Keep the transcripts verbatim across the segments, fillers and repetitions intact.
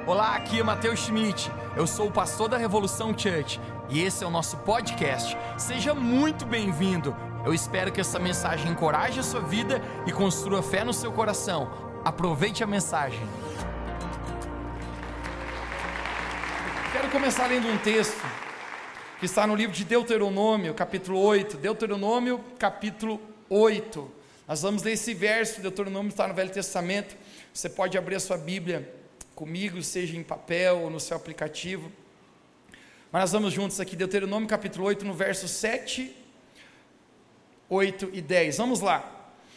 Olá, aqui é Matheus Schmidt, eu sou o pastor da Revolução Church e esse é o nosso podcast. Seja muito bem-vindo, eu espero que essa mensagem encoraje a sua vida e construa fé no seu coração. Aproveite a mensagem. Quero começar lendo um texto que está no livro de Deuteronômio, capítulo oito, Deuteronômio, capítulo oito. Nós vamos ler esse verso, Deuteronômio está no Velho Testamento, você pode abrir a sua Bíblia comigo, seja em papel ou no seu aplicativo, mas nós vamos juntos aqui, Deuteronômio capítulo oito, no verso sete, oito e dez, vamos lá.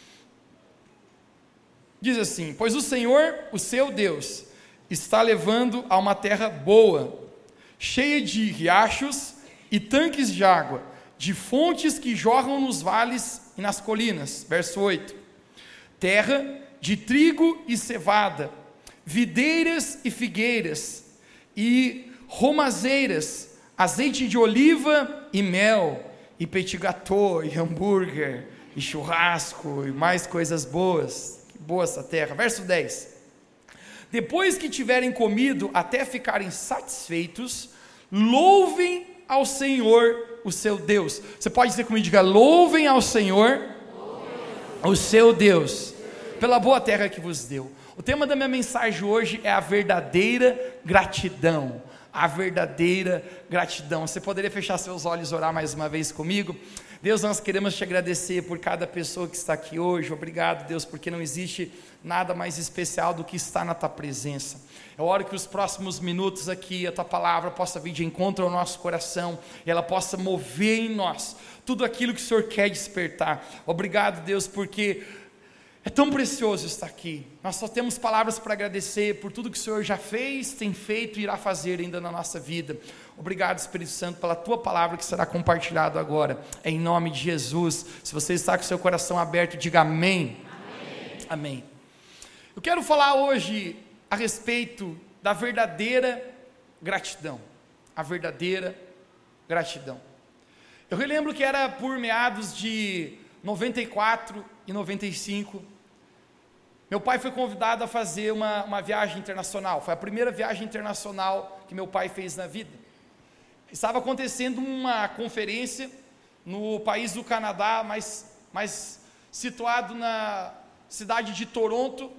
Diz assim: pois o Senhor, o seu Deus, está levando a uma terra boa, cheia de riachos e tanques de água, de fontes que jorram nos vales e nas colinas, verso oito, terra de trigo e cevada, videiras e figueiras, e romazeiras, azeite de oliva e mel, e petit gâteau, e hambúrguer, e churrasco, e mais coisas boas. Que boa essa terra. Verso dez, depois que tiverem comido até ficarem satisfeitos, louvem ao Senhor, o seu Deus. Você pode dizer comigo, diga, louvem ao Senhor, o seu Deus, pela boa terra que vos deu. O tema da minha mensagem hoje é a verdadeira gratidão, a verdadeira gratidão. Você poderia fechar seus olhos e orar mais uma vez comigo? Deus, nós queremos te agradecer por cada pessoa que está aqui hoje. Obrigado, Deus, porque não existe nada mais especial do que estar na tua presença. Eu oro que os próximos minutos aqui a tua palavra possa vir de encontro ao nosso coração e ela possa mover em nós tudo aquilo que o Senhor quer despertar. Obrigado, Deus, porque é tão precioso estar aqui. Nós só temos palavras para agradecer por tudo que o Senhor já fez, tem feito e irá fazer ainda na nossa vida. Obrigado, Espírito Santo, pela tua palavra que será compartilhada agora, em nome de Jesus. Se você está com o seu coração aberto, diga amém. Amém. Amém. Eu quero falar hoje a respeito da verdadeira gratidão. A verdadeira gratidão. Eu relembro que era por meados de noventa e quatro e noventa e cinco, meu pai foi convidado a fazer uma, uma viagem internacional. Foi a primeira viagem internacional que meu pai fez na vida. Estava acontecendo uma conferência no país do Canadá, mas, mas situado na cidade de Toronto,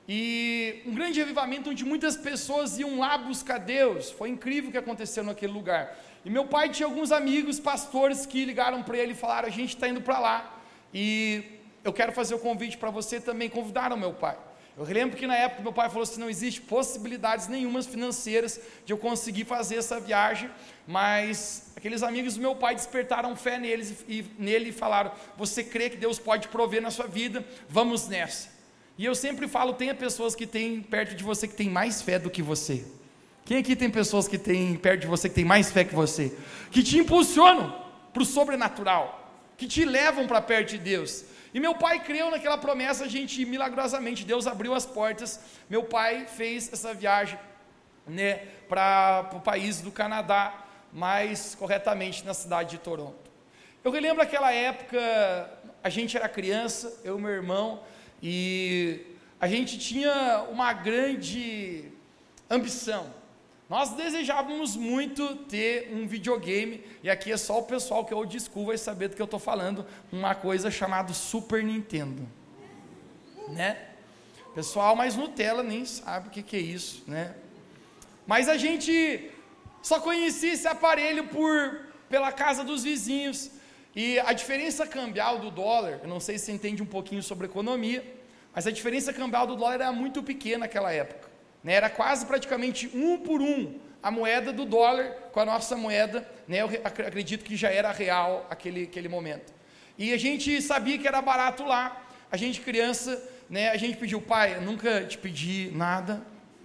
e um grande avivamento onde muitas pessoas iam lá buscar Deus. Foi incrível o que aconteceu naquele lugar. E meu pai tinha alguns amigos pastores que ligaram para ele e falaram: a gente está indo para lá e eu quero fazer o convite para você também. Convidaram meu pai. Eu lembro que na época meu pai falou assim: não existe possibilidades nenhumas financeiras de eu conseguir fazer essa viagem, mas aqueles amigos do meu pai despertaram fé neles e, e nele e falaram: você crê que Deus pode prover na sua vida? Vamos nessa. E eu sempre falo, tenha pessoas que têm perto de você que tem mais fé do que você. Quem aqui tem pessoas que tem perto de você que tem mais fé que você? Que te impulsionam para o sobrenatural, que te levam para perto de Deus. E meu pai creu naquela promessa, a gente milagrosamente, Deus abriu as portas, meu pai fez essa viagem, né, para o país do Canadá, mais corretamente na cidade de Toronto. Eu relembro aquela época, a gente era criança, eu e meu irmão, e a gente tinha uma grande ambição. Nós desejávamos muito ter um videogame, e aqui é só o pessoal que é old school vai saber do que eu estou falando, uma coisa chamada Super Nintendo, né? Pessoal mais Nutella nem sabe o que, que é isso, né? Mas a gente só conhecia esse aparelho por, pela casa dos vizinhos, e a diferença cambial do dólar, eu não sei se você entende um pouquinho sobre economia, mas a diferença cambial do dólar era muito pequena naquela época. Era quase praticamente um por um a moeda do dólar com a nossa moeda, né? Eu acredito que já era real aquele, aquele momento. E a gente sabia que era barato lá, a gente criança, né? A gente pediu: pai, eu nunca te pedi nada,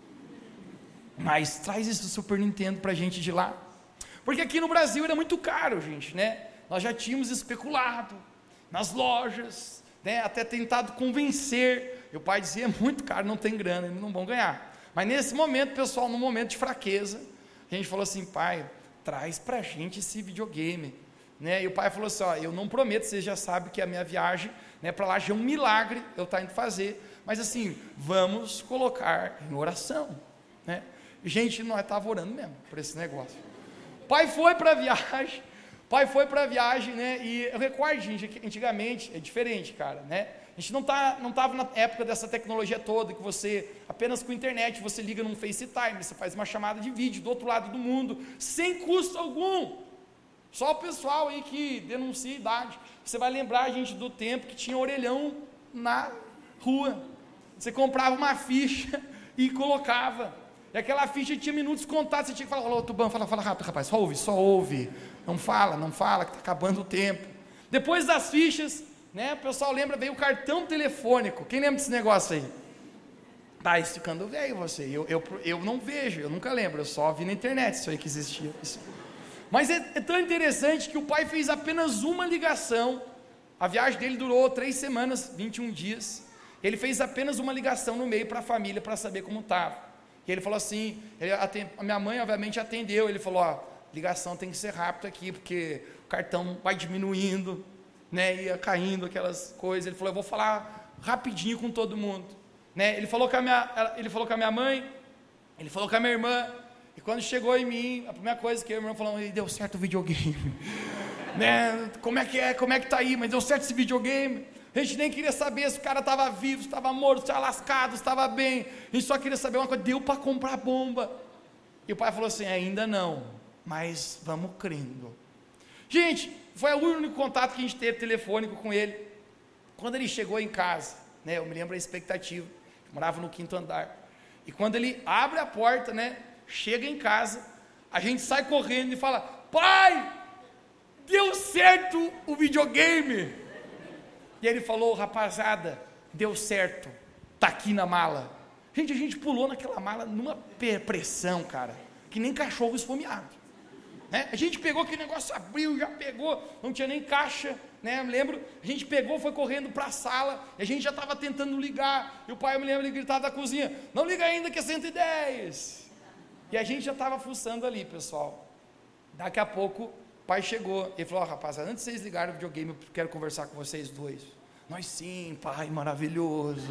mas traz esse Super Nintendo para a gente de lá, porque aqui no Brasil era muito caro, gente, né? Nós já tínhamos especulado nas lojas, né? Até tentado convencer, meu pai dizia: é muito caro, não tem grana, eles não vão ganhar. Mas nesse momento, pessoal, num momento de fraqueza, a gente falou assim: pai, traz pra gente esse videogame, né? E o pai falou assim: ó, eu não prometo, você já sabe que a minha viagem, né, para lá já é um milagre, eu estou indo fazer, mas assim, vamos colocar em oração, né? Gente, nós estava orando mesmo por esse negócio. Pai foi para a viagem, pai foi para a viagem, né? E eu recordo, gente, antigamente, é diferente, cara, né? A gente não tá, não estava na época dessa tecnologia toda, que você, apenas com internet, você liga num FaceTime, você faz uma chamada de vídeo do outro lado do mundo, sem custo algum. Só o pessoal aí que denuncia a idade. Você vai lembrar, gente, do tempo que tinha orelhão na rua. Você comprava uma ficha e colocava. E aquela ficha tinha minutos contados, você tinha que falar, ô Tubão, fala, fala rápido, rapaz, só ouve, só ouve. Não fala, não fala, que está acabando o tempo. Depois das fichas, né, o pessoal lembra, veio o cartão telefônico. Quem lembra desse negócio aí? Tá, isso ficando velho você. Eu, eu, eu não vejo, eu nunca lembro, eu só vi na internet isso aí que existia. Isso. Mas é, é tão interessante que o pai fez apenas uma ligação. A viagem dele durou três semanas, vinte e um dias. Ele fez apenas uma ligação no meio para a família, para saber como estava. E ele falou assim, ele atend, a minha mãe obviamente atendeu, ele falou, ó, ligação tem que ser rápido aqui, porque o cartão vai diminuindo, né, ia caindo aquelas coisas. Ele falou, eu vou falar rapidinho com todo mundo, né? Ele falou com a minha, ele falou com a minha mãe, ele falou com a minha irmã, e quando chegou em mim, a primeira coisa que a minha irmã falou, deu certo o videogame, né? Como é que é, como é que tá aí, mas deu certo esse videogame. A gente nem queria saber se o cara estava vivo, se estava morto, se estava lascado, se estava bem. A gente só queria saber uma coisa, deu para comprar bomba. E o pai falou assim, ainda não, mas vamos crendo. Gente, foi o único contato que a gente teve telefônico com ele. Quando ele chegou em casa, né, eu me lembro a expectativa, eu morava no quinto andar. E quando ele abre a porta, né, chega em casa, a gente sai correndo e fala, pai, deu certo o videogame. E ele falou, rapaziada, deu certo, tá aqui na mala. Gente, a gente pulou naquela mala numa pressão, cara, que nem cachorro esfomeado, né? A gente pegou aquele negócio, abriu, já pegou, não tinha nem caixa, né? Eu me lembro, a gente pegou, foi correndo para a sala, e a gente já estava tentando ligar, e o pai, eu me lembro, ele gritava da cozinha, não liga ainda que é cento e dez. E a gente já estava fuçando ali, pessoal. Daqui a pouco, o pai chegou, ele falou, ó, rapaziada, antes de vocês ligarem o videogame, eu quero conversar com vocês dois. Nós sim, pai maravilhoso,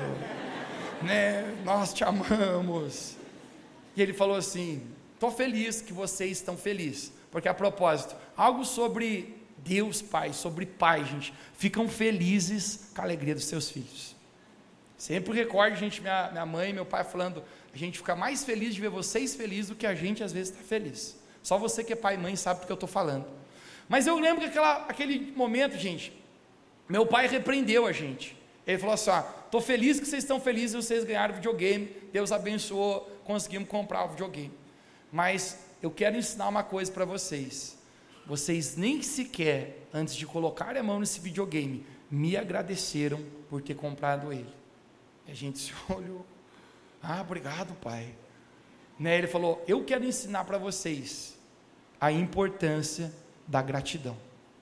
né? Nós te amamos. E ele falou assim, estou feliz que vocês estão felizes, porque a propósito, algo sobre Deus Pai, sobre Pai, gente, ficam felizes com a alegria dos seus filhos. Sempre recordo, gente, minha, minha mãe e meu pai falando, a gente fica mais feliz de ver vocês felizes do que a gente às vezes está feliz. Só você que é pai e mãe sabe do que eu estou falando. Mas eu lembro que aquela, aquele momento, gente, meu pai repreendeu a gente. Ele falou assim, ó, estou feliz que vocês estão felizes, vocês ganharam o videogame, Deus abençoou, conseguimos comprar o videogame. Mas eu quero ensinar uma coisa para vocês. Vocês nem sequer, antes de colocar a mão nesse videogame, me agradeceram por ter comprado ele. E a gente se olhou, ah, obrigado, pai. Né, ele falou, eu quero ensinar para vocês a importância da gratidão.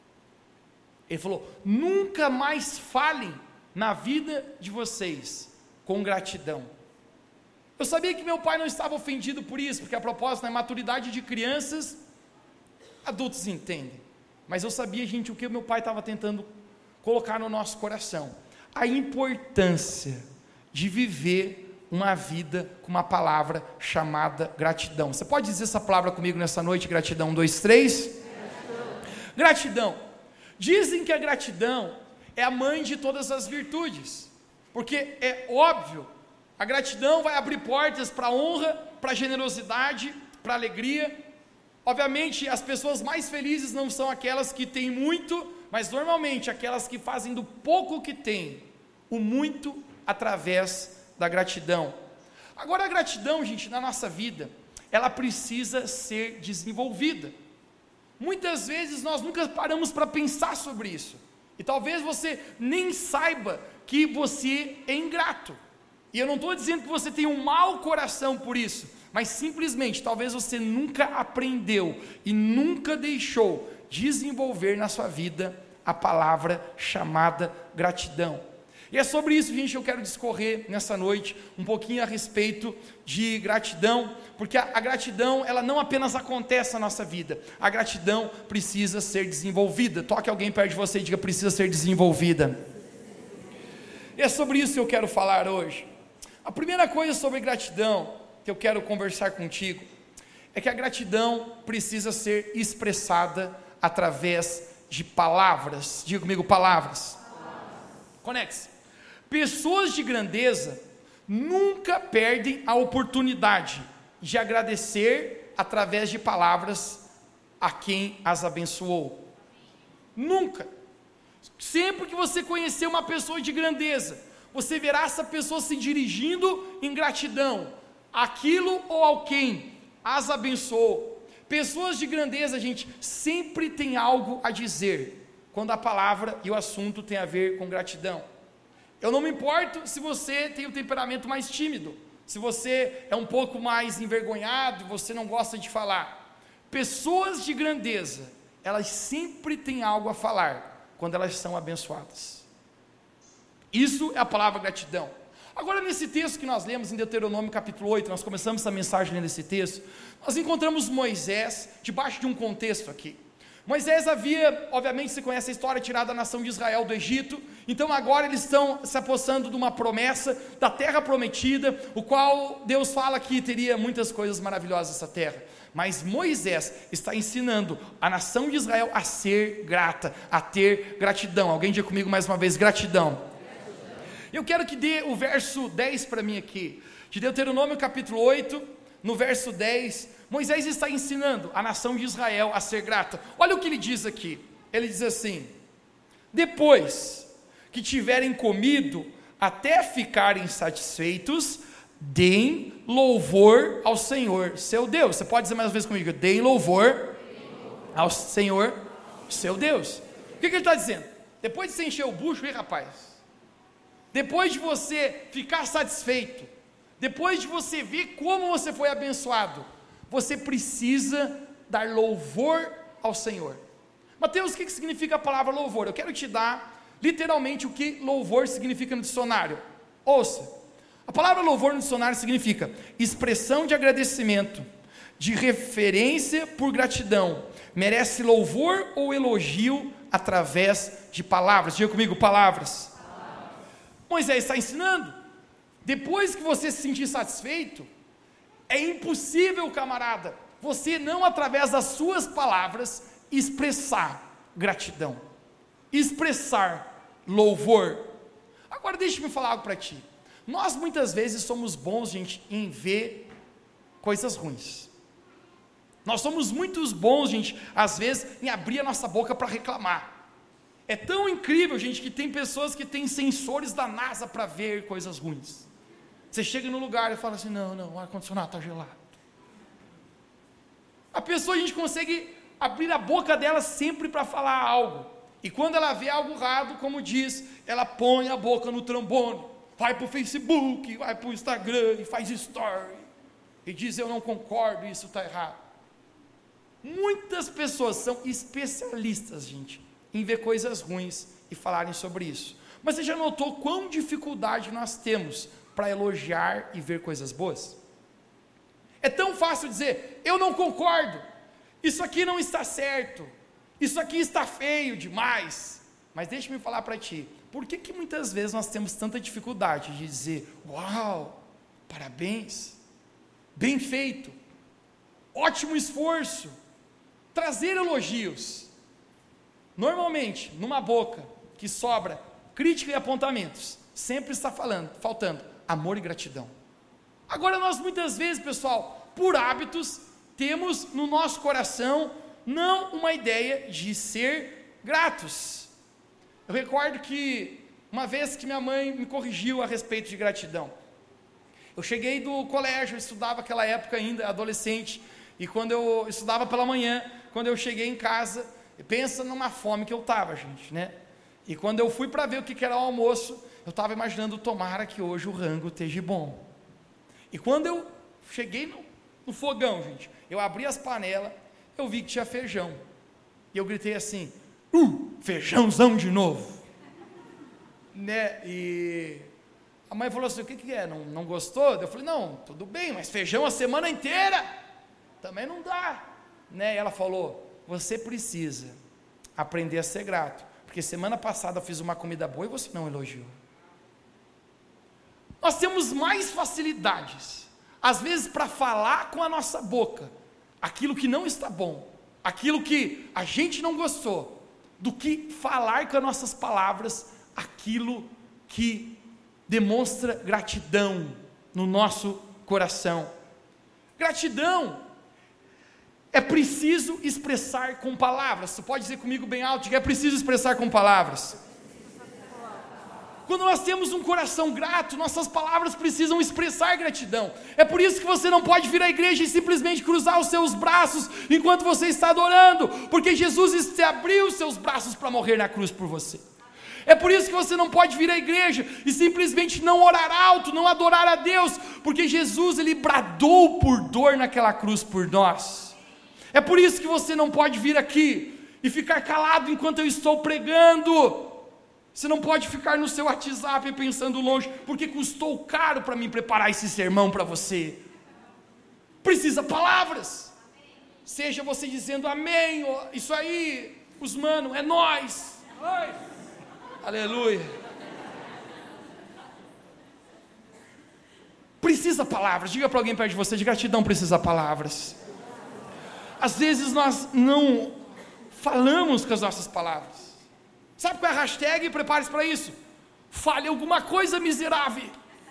Ele falou, nunca mais falem na vida de vocês com gratidão. Eu sabia que meu pai não estava ofendido por isso, porque a propósito, na maturidade de crianças, adultos entendem. Mas eu sabia, gente, o que o meu pai estava tentando colocar no nosso coração. A importância de viver uma vida com uma palavra chamada gratidão. Você pode dizer essa palavra comigo nessa noite? Gratidão, um, dois, três. Gratidão. Gratidão. Dizem que a gratidão é a mãe de todas as virtudes, porque é óbvio, a gratidão vai abrir portas para honra, para generosidade, para alegria. Obviamente, as pessoas mais felizes não são aquelas que têm muito, mas normalmente aquelas que fazem do pouco que têm, o muito através da gratidão. Agora, a gratidão, gente, na nossa vida, ela precisa ser desenvolvida. Muitas vezes nós nunca paramos para pensar sobre isso, e talvez você nem saiba que você é ingrato, e eu não estou dizendo que você tem um mau coração por isso, mas simplesmente, talvez você nunca aprendeu, e nunca deixou desenvolver na sua vida, a palavra chamada gratidão. E é sobre isso, gente, que eu quero discorrer nessa noite, um pouquinho a respeito de gratidão, porque a, a gratidão, ela não apenas acontece na nossa vida, a gratidão precisa ser desenvolvida. Toque alguém perto de você e diga, precisa ser desenvolvida. E é sobre isso que eu quero falar hoje. A primeira coisa sobre gratidão que eu quero conversar contigo é que a gratidão precisa ser expressada através de palavras. Diga comigo, palavras. Conecte-se. Pessoas de grandeza nunca perdem a oportunidade de agradecer através de palavras a quem as abençoou. Nunca. Sempre que você conhecer uma pessoa de grandeza, você verá essa pessoa se dirigindo em gratidão àquilo ou ao quem as abençoou. Pessoas de grandeza, gente, sempre tem algo a dizer quando a palavra e o assunto tem a ver com gratidão. Eu não me importo se você tem um temperamento mais tímido, se você é um pouco mais envergonhado, você não gosta de falar. Pessoas de grandeza, elas sempre têm algo a falar quando elas são abençoadas. Isso é a palavra gratidão. Agora, nesse texto que nós lemos em Deuteronômio capítulo oito, nós começamos essa mensagem lendo esse texto, nós encontramos Moisés debaixo de um contexto aqui. Moisés havia, obviamente você conhece a história, tirado a nação de Israel do Egito, então agora eles estão se apossando de uma promessa da terra prometida, o qual Deus fala que teria muitas coisas maravilhosas nessa terra, mas Moisés está ensinando a nação de Israel a ser grata, a ter gratidão. Alguém diga comigo mais uma vez, gratidão. Eu quero que dê o verso dez para mim aqui, de Deuteronômio capítulo oito, no verso dez, Moisés está ensinando a nação de Israel a ser grata. Olha o que ele diz aqui, ele diz assim: depois que tiverem comido até ficarem satisfeitos, deem louvor ao Senhor, seu Deus. Você pode dizer mais uma vez comigo, deem louvor ao Senhor, seu Deus. O que, que ele está dizendo? Depois de você encher o bucho, hein, rapaz? Depois de você ficar satisfeito, depois de você ver como você foi abençoado, você precisa dar louvor ao Senhor. Mateus, o que significa a palavra louvor? Eu quero te dar literalmente o que louvor significa no dicionário. Ouça, a palavra louvor no dicionário significa expressão de agradecimento, de referência por gratidão, merece louvor ou elogio através de palavras. Diga comigo, palavras. Moisés está ensinando, depois que você se sentir satisfeito, é impossível, camarada, você não através das suas palavras expressar gratidão, expressar louvor. Agora deixa-me falar algo para ti. Nós muitas vezes somos bons, gente, em ver coisas ruins. Nós somos muito bons, gente, às vezes em abrir a nossa boca para reclamar. É tão incrível, gente, que tem pessoas que têm sensores da NASA para ver coisas ruins. Você chega no lugar e fala assim, não, não, o ar-condicionado está gelado. A pessoa, a gente consegue abrir a boca dela sempre para falar algo. E quando ela vê algo errado, como diz, ela põe a boca no trombone, vai para o Facebook, vai para o Instagram e faz story. E diz, eu não concordo, isso está errado. Muitas pessoas são especialistas, gente, em ver coisas ruins e falarem sobre isso. Mas você já notou quão dificuldade nós temos para elogiar e ver coisas boas? É tão fácil dizer, eu não concordo, isso aqui não está certo, isso aqui está feio demais. Mas deixa-me falar para ti, por que que muitas vezes nós temos tanta dificuldade de dizer, uau, parabéns, bem feito, ótimo esforço, trazer elogios? Normalmente, numa boca que sobra crítica e apontamentos, sempre está falando, faltando amor e gratidão. Agora nós muitas vezes, pessoal, por hábitos, temos no nosso coração não uma ideia de ser gratos. Eu recordo que uma vez que minha mãe me corrigiu a respeito de gratidão, eu cheguei do colégio, eu estudava naquela época ainda, adolescente, e quando eu estudava pela manhã, quando eu cheguei em casa, pensa numa fome que eu estava, gente, né? E quando eu fui para ver o que era o almoço, eu estava imaginando, tomara que hoje o rango esteja bom. E quando eu cheguei no, no fogão, gente, eu abri as panelas, eu vi que tinha feijão. E eu gritei assim, uh, feijãozão de novo. Né? E a mãe falou assim, o que que é? Não, não gostou? Eu falei, não, tudo bem, mas feijão a semana inteira também não dá. Né? E ela falou, você precisa aprender a ser grato, porque semana passada eu fiz uma comida boa e você não elogiou. Nós temos mais facilidades, às vezes para falar com a nossa boca aquilo que não está bom, aquilo que a gente não gostou, do que falar com as nossas palavras aquilo que demonstra gratidão no nosso coração. Gratidão é preciso expressar com palavras. Você pode dizer comigo bem alto que é preciso expressar com palavras. Quando nós temos um coração grato, nossas palavras precisam expressar gratidão. É por isso que você não pode vir à igreja e simplesmente cruzar os seus braços enquanto você está adorando, porque Jesus abriu os seus braços para morrer na cruz por você. É por isso que você não pode vir à igreja e simplesmente não orar alto, não adorar a Deus, porque Jesus, ele bradou por dor naquela cruz por nós. É por isso que você não pode vir aqui e ficar calado enquanto eu estou pregando. Você não pode ficar no seu WhatsApp pensando longe, porque custou caro para mim preparar esse sermão para você. Precisa palavras. Seja você dizendo amém, isso aí, os mano, é nós. Aleluia. Precisa palavras. Diga para alguém perto de você, de gratidão precisa palavras. Às vezes nós não falamos com as nossas palavras. Sabe qual é a hashtag? Prepare-se para isso. Fale alguma coisa, miserável.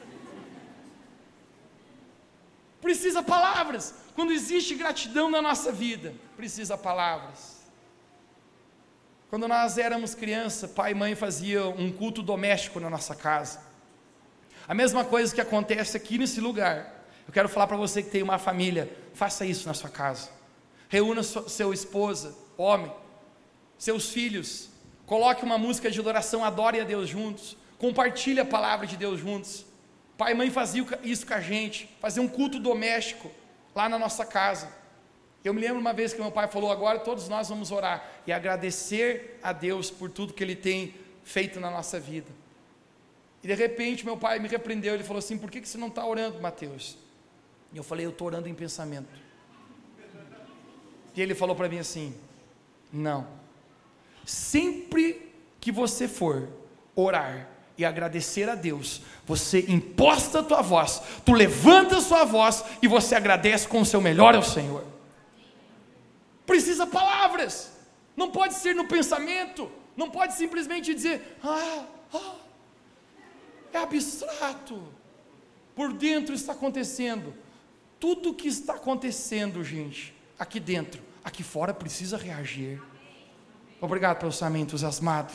Precisa palavras. Quando existe gratidão na nossa vida, precisa palavras. Quando nós éramos criança, pai e mãe faziam um culto doméstico na nossa casa. A mesma coisa que acontece aqui nesse lugar. Eu quero falar para você que tem uma família, faça isso na sua casa. Reúna sua, seu esposa, homem, seus filhos. Coloque uma música de adoração, adore a Deus juntos, compartilhe a palavra de Deus juntos. Pai e mãe faziam isso com a gente, faziam um culto doméstico lá na nossa casa. Eu me lembro uma vez que meu pai falou, agora todos nós vamos orar e agradecer a Deus por tudo que Ele tem feito na nossa vida. E de repente meu pai me repreendeu, ele falou assim, por que, que você não está orando, Mateus? E eu falei, eu estou orando em pensamento. E ele falou para mim assim, não. Sempre que você for orar e agradecer a Deus, você imposta a tua voz, tu levanta a sua voz e você agradece com o seu melhor ao Senhor. Precisa palavras, não pode ser no pensamento, não pode simplesmente dizer, ah, ah, é abstrato, por dentro está acontecendo, tudo que está acontecendo, gente, aqui dentro, aqui fora precisa reagir. Obrigado pelo seu amém entusiasmado.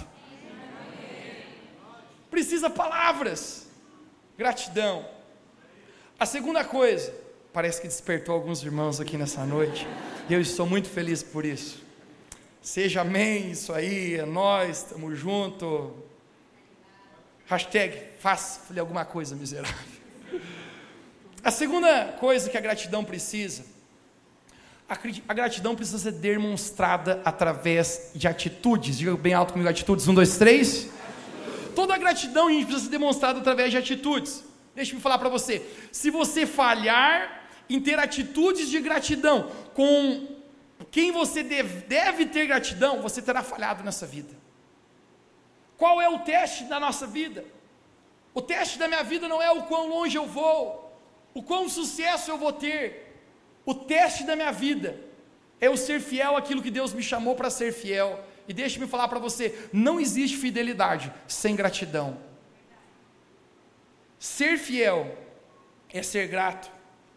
Precisa palavras, gratidão. A segunda coisa, parece que despertou alguns irmãos aqui nessa noite, e eu estou muito feliz por isso. Seja amém, isso aí, é nós, estamos juntos. Hashtag, faça, falei alguma coisa miserável. A segunda coisa que a gratidão precisa, a gratidão precisa ser demonstrada através de atitudes. Diga bem alto comigo, atitudes, um, dois, três. Toda a gratidão a gente precisa ser demonstrada através de atitudes. Deixa eu falar para você, se você falhar em ter atitudes de gratidão com quem você deve, deve ter gratidão, você terá falhado nessa vida. Qual é o teste da nossa vida? O teste da minha vida não é o quão longe eu vou, o quão sucesso eu vou ter. O teste da minha vida é eu ser fiel àquilo que Deus me chamou para ser fiel. E deixe-me falar para você, não existe fidelidade sem gratidão. Ser fiel é ser grato.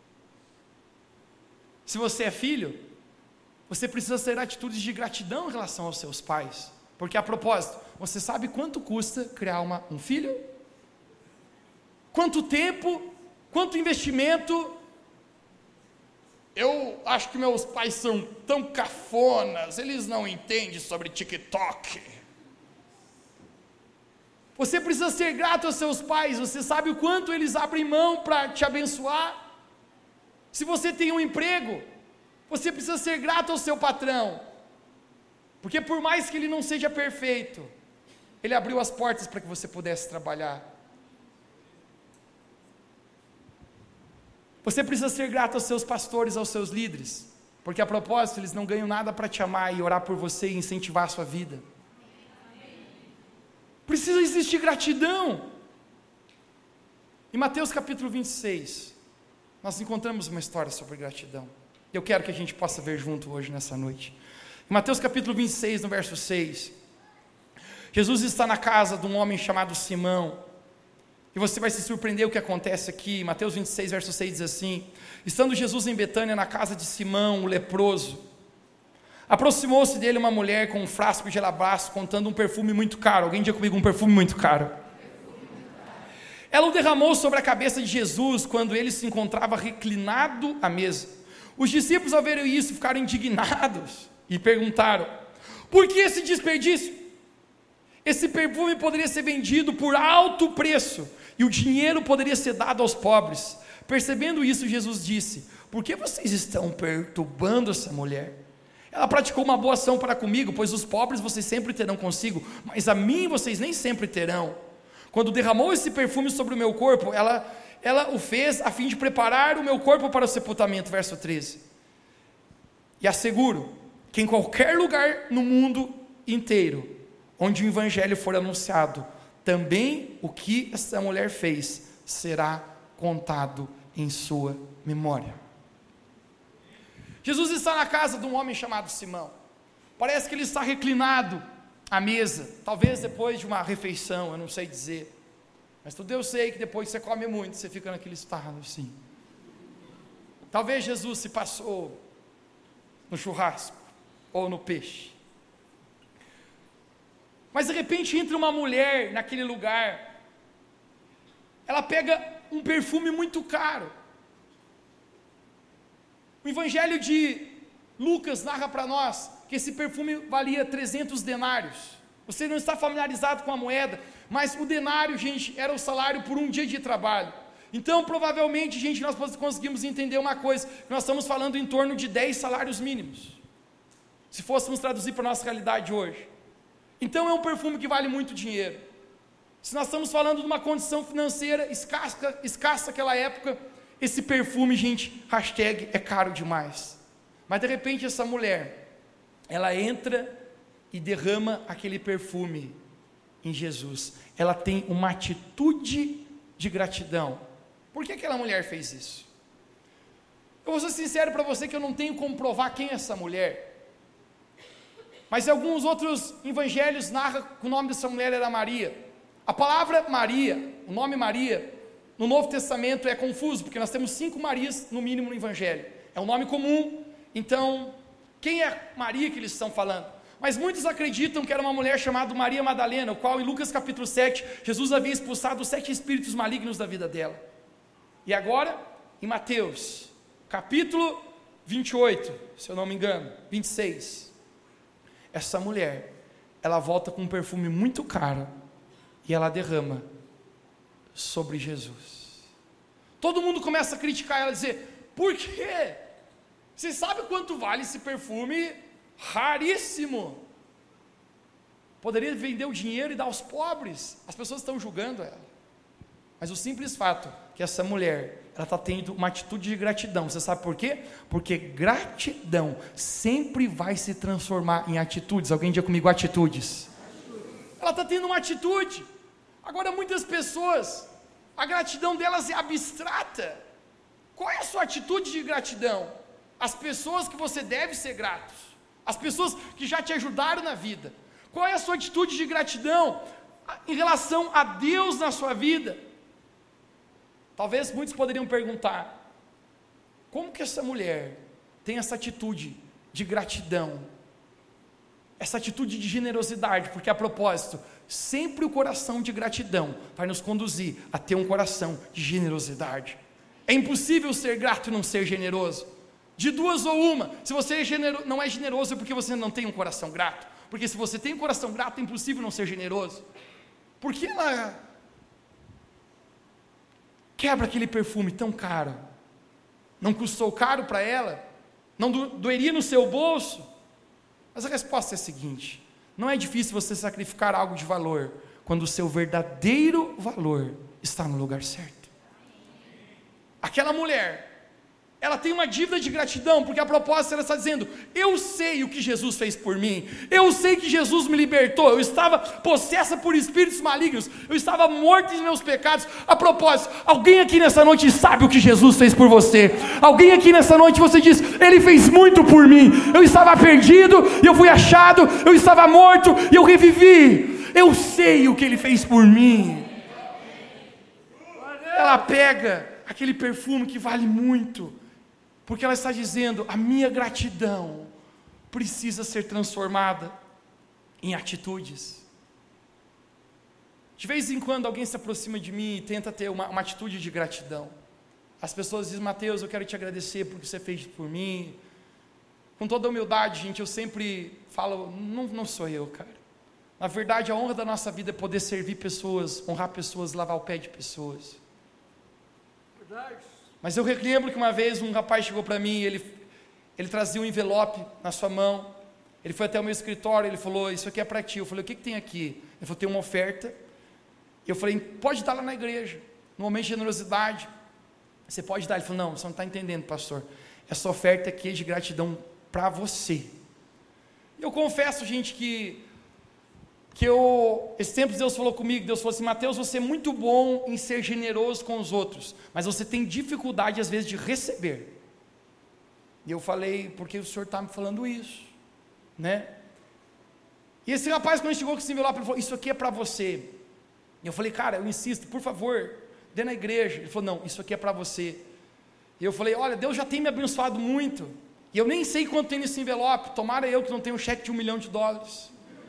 Se você é filho, você precisa ter atitudes de gratidão em relação aos seus pais. Porque a propósito, você sabe quanto custa criar uma, um filho? Quanto tempo? Quanto investimento? Eu acho que meus pais são tão cafonas, eles não entendem sobre TikTok. Você precisa ser grato aos seus pais, você sabe o quanto eles abrem mão para te abençoar. Se você tem um emprego, você precisa ser grato ao seu patrão, porque por mais que ele não seja perfeito, ele abriu as portas para que você pudesse trabalhar. Você precisa ser grato aos seus pastores, aos seus líderes, porque a propósito, eles não ganham nada para te amar e orar por você e incentivar a sua vida. Precisa existir gratidão. Em Mateus capítulo vinte e seis, nós encontramos uma história sobre gratidão. Eu quero que a gente possa ver junto hoje, nessa noite. Em Mateus capítulo vinte e seis, no verso seis, Jesus está na casa de um homem chamado Simão, e você vai se surpreender o que acontece aqui. Mateus vinte e seis, verso seis diz assim: estando Jesus em Betânia, na casa de Simão, o leproso, aproximou-se dele uma mulher com um frasco de alabastro, contando um perfume muito caro. Alguém diga comigo, um perfume muito caro. Ela o derramou sobre a cabeça de Jesus, quando ele se encontrava reclinado à mesa. Os discípulos, ao verem isso, ficaram indignados, e perguntaram: por que esse desperdício? Esse perfume poderia ser vendido por alto preço, e o dinheiro poderia ser dado aos pobres. Percebendo isso, Jesus disse: por que vocês estão perturbando essa mulher? Ela praticou uma boa ação para comigo, pois os pobres vocês sempre terão consigo, mas a mim vocês nem sempre terão. Quando derramou esse perfume sobre o meu corpo, ela, ela o fez a fim de preparar o meu corpo para o sepultamento. Verso treze. E asseguro que em qualquer lugar no mundo inteiro, onde o evangelho for anunciado, também o que essa mulher fez será contado em sua memória. Jesus está na casa de um homem chamado Simão. Parece que ele está reclinado à mesa, talvez depois de uma refeição, eu não sei dizer, mas tudo eu sei que depois que você come muito, você fica naquele estado assim. Talvez Jesus se passou no churrasco ou no peixe. Mas de repente entra uma mulher naquele lugar, ela pega um perfume muito caro. O evangelho de Lucas narra para nós que esse perfume valia trezentos denários. Você não está familiarizado com a moeda, mas o denário, gente, era o salário por um dia de trabalho. Então, provavelmente, gente, nós conseguimos entender uma coisa, nós estamos falando em torno de dez salários mínimos, se fôssemos traduzir para a nossa realidade hoje. Então, é um perfume que vale muito dinheiro. Se nós estamos falando de uma condição financeira escassa, escassa naquela época, esse perfume, gente, hashtag é caro demais. Mas de repente essa mulher, ela entra e derrama aquele perfume em Jesus. Ela tem uma atitude de gratidão. Por que aquela mulher fez isso? Eu vou ser sincero para você que eu não tenho como provar quem é essa mulher. Mas alguns outros evangelhos narram que o nome dessa mulher era Maria. A palavra Maria, o nome Maria, no Novo Testamento é confuso, porque nós temos cinco Marias no mínimo no Evangelho. É um nome comum, então, quem é Maria que eles estão falando? Mas muitos acreditam que era uma mulher chamada Maria Madalena, o qual em Lucas capítulo sete, Jesus havia expulsado os sete espíritos malignos da vida dela. E agora, em Mateus, capítulo vinte e oito, se eu não me engano, vinte e seis, essa mulher, ela volta com um perfume muito caro, e ela derrama sobre Jesus. Todo mundo começa a criticar ela, dizer: por quê? Você sabe quanto vale esse perfume raríssimo? Poderia vender o dinheiro e dar aos pobres. As pessoas estão julgando ela. Mas o simples fato que essa mulher, ela está tendo uma atitude de gratidão. Você sabe por quê? Porque gratidão sempre vai se transformar em atitudes. Alguém diga comigo, atitudes. Ela está tendo uma atitude. Agora muitas pessoas, a gratidão delas é abstrata. Qual é a sua atitude de gratidão? As pessoas que você deve ser gratos, as pessoas que já te ajudaram na vida. Qual é a sua atitude de gratidão em relação a Deus na sua vida? Talvez muitos poderiam perguntar: como que essa mulher tem essa atitude de gratidão, essa atitude de generosidade? Porque a propósito, sempre o coração de gratidão vai nos conduzir a ter um coração de generosidade. É impossível ser grato e não ser generoso. De duas ou uma, se você é genero, não é generoso é porque você não tem um coração grato. Porque se você tem um coração grato, é impossível não ser generoso. Porque ela quebra aquele perfume tão caro? Não custou caro para ela? Não do, doeria no seu bolso? Mas a resposta é a seguinte: não é difícil você sacrificar algo de valor, quando o seu verdadeiro valor está no lugar certo. Aquela mulher, ela tem uma dívida de gratidão, porque a propósito ela está dizendo, eu sei o que Jesus fez por mim, eu sei que Jesus me libertou, eu estava possessa por espíritos malignos, eu estava morto em meus pecados. A propósito, alguém aqui nessa noite sabe o que Jesus fez por você? Alguém aqui nessa noite você diz, Ele fez muito por mim, eu estava perdido, e eu fui achado, eu estava morto, e eu revivi, eu sei o que Ele fez por mim. Ela pega aquele perfume que vale muito, porque ela está dizendo, a minha gratidão precisa ser transformada em atitudes. De vez em quando alguém se aproxima de mim e tenta ter uma, uma atitude de gratidão. As pessoas dizem, Mateus, eu quero te agradecer porque você fez por mim. Com toda humildade, gente, eu sempre falo, não, não sou eu, cara. Na verdade, a honra da nossa vida é poder servir pessoas, honrar pessoas, lavar o pé de pessoas. Verdade. Mas eu lembro que uma vez um rapaz chegou para mim, ele, ele trazia um envelope na sua mão, ele foi até o meu escritório, ele falou, isso aqui é para ti. Eu falei, o que, que tem aqui? Ele falou, tem uma oferta. Eu falei, pode dar lá na igreja, no momento de generosidade, você pode dar. Ele falou, não, você não está entendendo, pastor, essa oferta aqui é de gratidão para você. Eu confesso, gente, que que eu, esse tempo Deus falou comigo, Deus falou assim, Mateus, você é muito bom em ser generoso com os outros, mas você tem dificuldade às vezes de receber. E eu falei, por que o senhor está me falando isso? Né? E esse rapaz, quando chegou com esse envelope, ele falou, isso aqui é para você. E eu falei, cara, eu insisto, por favor, dê na igreja. Ele falou, não, isso aqui é para você. E eu falei, olha, Deus já tem me abençoado muito, e eu nem sei quanto tem nesse envelope, tomara eu que não tenho um cheque de um milhão de dólares.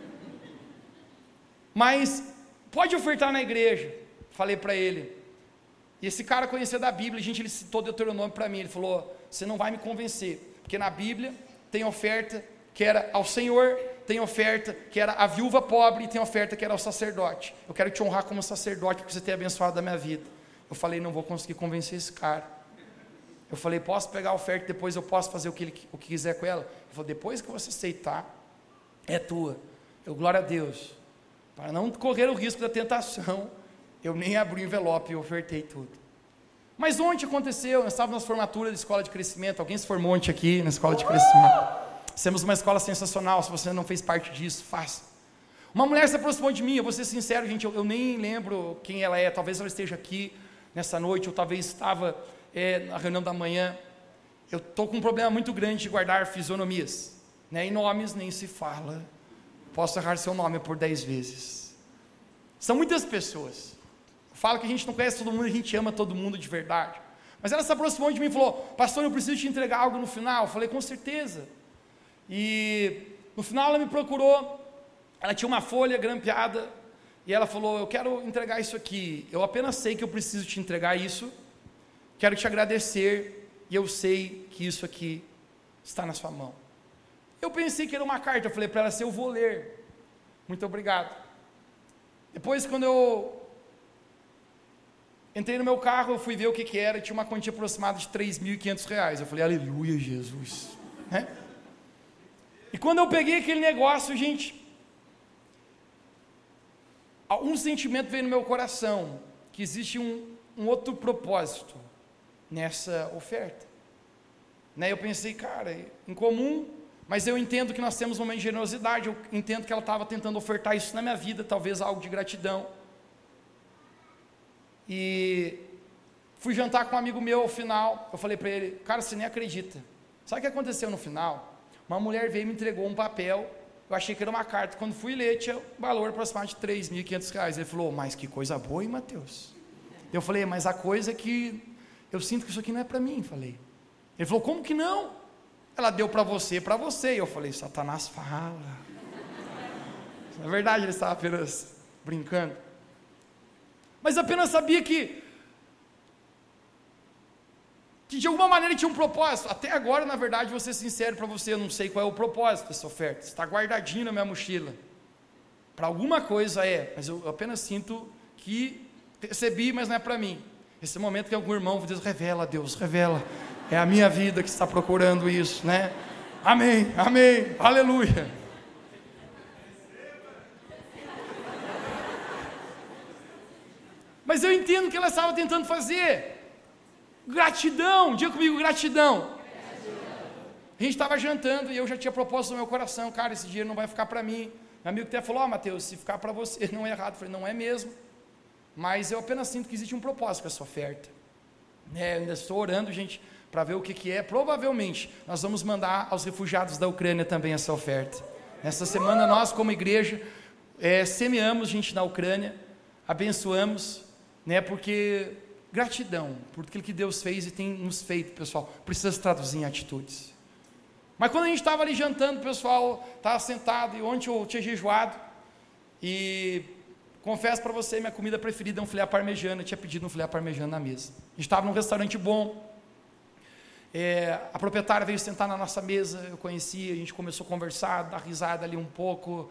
Mas pode ofertar na igreja, falei para ele. E esse cara conhecia da Bíblia, gente, ele citou Deuteronômio para mim, ele falou, você não vai me convencer, porque na Bíblia tem oferta que era ao Senhor, tem oferta que era a viúva pobre, e tem oferta que era ao sacerdote. Eu quero te honrar como sacerdote, porque você tem abençoado a minha vida. Eu falei, não vou conseguir convencer esse cara. Eu falei, posso pegar a oferta, depois eu posso fazer o que, ele, o que quiser com ela? Ele falou, depois que você aceitar, é tua. Eu, glória a Deus. Para não correr o risco da tentação, eu nem abri o envelope e ofertei tudo. Mas ontem aconteceu, nós estávamos nas formaturas da escola de crescimento, alguém se formou ontem aqui na escola de crescimento. Temos uma escola sensacional, se você não fez parte disso, faça. Uma mulher se aproximou de mim, eu vou ser sincero, gente, eu, eu nem lembro quem ela é, talvez ela esteja aqui nessa noite, ou talvez estava é, na reunião da manhã. Eu estou com um problema muito grande de guardar fisionomias, né? E nomes nem se fala. Posso errar seu nome por dez vezes. São muitas pessoas. Eu falo que a gente não conhece todo mundo, a gente ama todo mundo de verdade. Mas ela se aproximou de mim e falou, pastor, eu preciso te entregar algo no final. Eu falei, com certeza. E no final ela me procurou, ela tinha uma folha grampeada, e ela falou, eu quero entregar isso aqui. Eu apenas sei que eu preciso te entregar isso, quero te agradecer, e eu sei que isso aqui está na sua mão. Eu pensei que era uma carta, eu falei para ela assim, eu vou ler, muito obrigado. Depois, quando eu entrei no meu carro, eu fui ver o que que era, tinha uma quantia aproximada de três mil e quinhentos reais, eu falei, aleluia Jesus, né? E quando eu peguei aquele negócio, gente, um sentimento veio no meu coração, que existe um, um outro propósito nessa oferta, né? Eu pensei, cara, em comum, mas eu entendo que nós temos um momento de generosidade, eu entendo que ela estava tentando ofertar isso na minha vida, talvez algo de gratidão. E fui jantar com um amigo meu ao final, eu falei para ele, cara, você nem acredita, sabe o que aconteceu no final? Uma mulher veio e me entregou um papel, eu achei que era uma carta, quando fui ler tinha um valor aproximado de três mil e quinhentos reais, ele falou, mas que coisa boa, hein, Mateus? Eu falei, mas a coisa é que, eu sinto que isso aqui não é para mim, falei. Ele falou, como que não? Ela deu para você, para você. E eu falei, Satanás fala. Na verdade, ele estava apenas brincando. Mas apenas sabia que, que de alguma maneira tinha um propósito. Até agora, na verdade, vou ser sincero para você, eu não sei qual é o propósito dessa oferta. Está guardadinho na minha mochila. Para alguma coisa é, mas eu apenas sinto que recebi, mas não é para mim. Esse momento que algum irmão diz, revela, Deus, revela. É a minha vida que está procurando isso, né? Amém, amém, aleluia. Mas eu entendo o que ela estava tentando fazer. Gratidão, diga comigo, gratidão. A gente estava jantando e eu já tinha proposto no meu coração, cara, esse dinheiro não vai ficar para mim. Meu amigo até falou, ó, oh, Mateus, se ficar para você não é errado. Eu falei, não é mesmo, mas eu apenas sinto que existe um propósito com essa oferta. É, eu ainda estou orando, gente, para ver o que, que é. Provavelmente nós vamos mandar aos refugiados da Ucrânia também essa oferta. Nessa semana nós, como igreja, é, semeamos, gente, na Ucrânia, abençoamos, né, porque gratidão por aquilo que Deus fez e tem nos feito, pessoal, precisa se traduzir em atitudes. Mas quando a gente estava ali jantando, o pessoal estava sentado, e ontem eu tinha jejuado, e confesso para você, minha comida preferida é um filé à parmegiana, eu tinha pedido um filé à parmegiana na mesa. A gente estava num restaurante bom, é, a proprietária veio sentar na nossa mesa, eu conhecia, a gente começou a conversar, dar risada ali um pouco,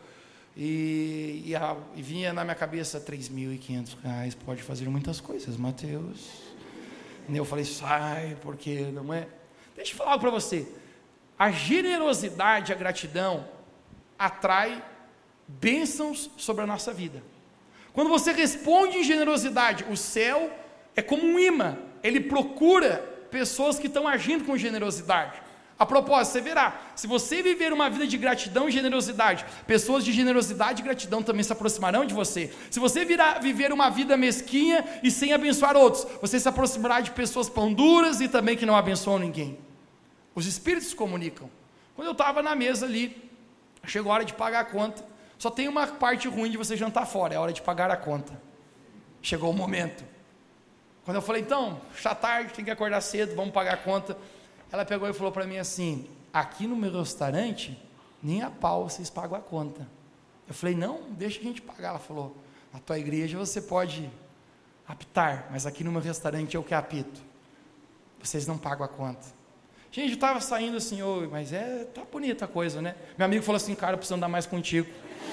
e, e, a, e vinha na minha cabeça, três mil e quinhentos reais, pode fazer muitas coisas, Mateus. E eu falei, sai, porque não é... Deixa eu falar algo para você, a generosidade, a gratidão, atrai bênçãos sobre a nossa vida. Quando você responde em generosidade, o céu é como um imã, ele procura pessoas que estão agindo com generosidade. A propósito, você verá, se você viver uma vida de gratidão e generosidade, pessoas de generosidade e gratidão também se aproximarão de você. Se você virar, viver uma vida mesquinha e sem abençoar outros, você se aproximará de pessoas pão duras e também que não abençoam ninguém. Os espíritos se comunicam. Quando eu estava na mesa ali, chegou a hora de pagar a conta. Só tem uma parte ruim de você jantar fora, é a hora de pagar a conta. Chegou o momento. Quando eu falei, então, está tarde, tem que acordar cedo, vamos pagar a conta. Ela pegou e falou para mim assim, aqui no meu restaurante, nem a pau vocês pagam a conta. Eu falei, não, deixa a gente pagar. Ela falou, na tua igreja você pode apitar, mas aqui no meu restaurante eu que apito. Vocês não pagam a conta. Gente, eu estava saindo assim, oh, mas é, tá bonita a coisa, né? Meu amigo falou assim, cara, eu preciso andar mais contigo.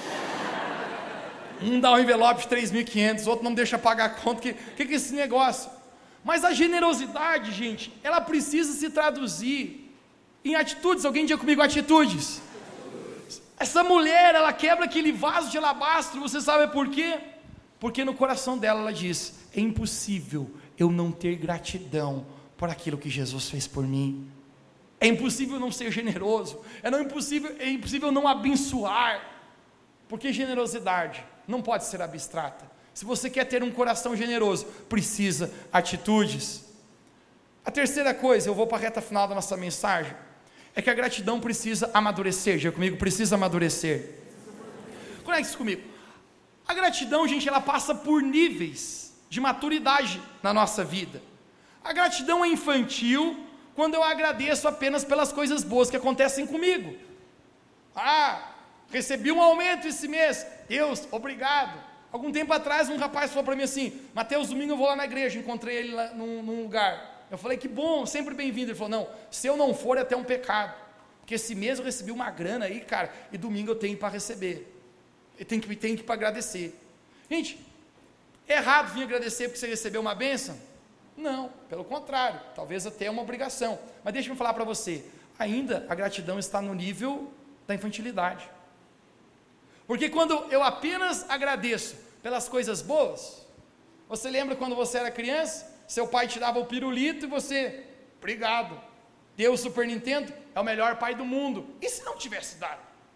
Um dá um envelope de três mil e quinhentos, outro não deixa pagar a conta, o que, que, que é esse negócio? Mas a generosidade, gente, ela precisa se traduzir em atitudes. Alguém diga comigo, atitudes. Essa mulher, ela quebra aquele vaso de alabastro, você sabe por quê? Porque no coração dela ela diz, é impossível eu não ter gratidão por aquilo que Jesus fez por mim. É impossível não ser generoso, é, não impossível, é impossível não abençoar, porque generosidade não pode ser abstrata. Se você quer ter um coração generoso, precisa atitudes. A terceira coisa, eu vou para a reta final da nossa mensagem, é que a gratidão precisa amadurecer. Diga comigo, precisa amadurecer. Conecte isso comigo. A gratidão, gente, ela passa por níveis de maturidade na nossa vida. A gratidão é infantil quando eu agradeço apenas pelas coisas boas que acontecem comigo. Ah, recebi um aumento esse mês, Deus, obrigado. Algum tempo atrás um rapaz falou para mim assim, Mateus, domingo eu vou lá na igreja, encontrei ele lá num, num lugar. Eu falei, que bom, sempre bem-vindo. Ele falou, não, se eu não for é até um pecado, porque esse mês eu recebi uma grana aí, cara, e domingo eu tenho para receber, eu tenho que, tenho que para agradecer. Gente, é errado vir agradecer porque você recebeu uma bênção? Não, pelo contrário, talvez até uma obrigação, mas deixa eu falar para você, ainda a gratidão está no nível da infantilidade, porque quando eu apenas agradeço pelas coisas boas, você lembra quando você era criança, seu pai te dava o pirulito e você, obrigado, deu o Super Nintendo, é o melhor pai do mundo, e se não tivesse dado?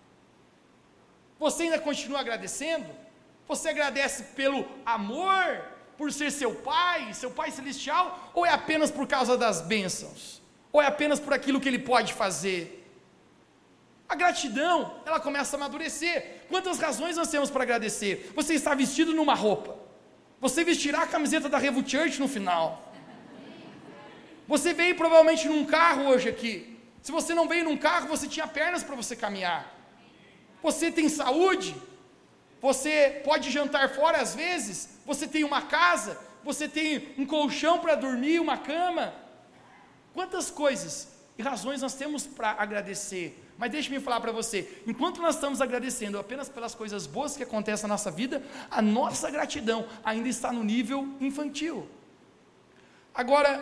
Você ainda continua agradecendo? Você agradece pelo amor, por ser seu pai, seu pai celestial, ou é apenas por causa das bênçãos? Ou é apenas por aquilo que ele pode fazer? A gratidão, ela começa a amadurecer. Quantas razões nós temos para agradecer? Você está vestido numa roupa, você vestirá a camiseta da Revo Church no final. Você veio provavelmente num carro hoje aqui. Se você não veio num carro, você tinha pernas para você caminhar. Você tem saúde, você pode jantar fora às vezes, você tem uma casa, você tem um colchão para dormir, uma cama. Quantas coisas e razões nós temos para agradecer? Mas deixe-me falar para você, enquanto nós estamos agradecendo apenas pelas coisas boas que acontecem na nossa vida, a nossa gratidão ainda está no nível infantil. Agora,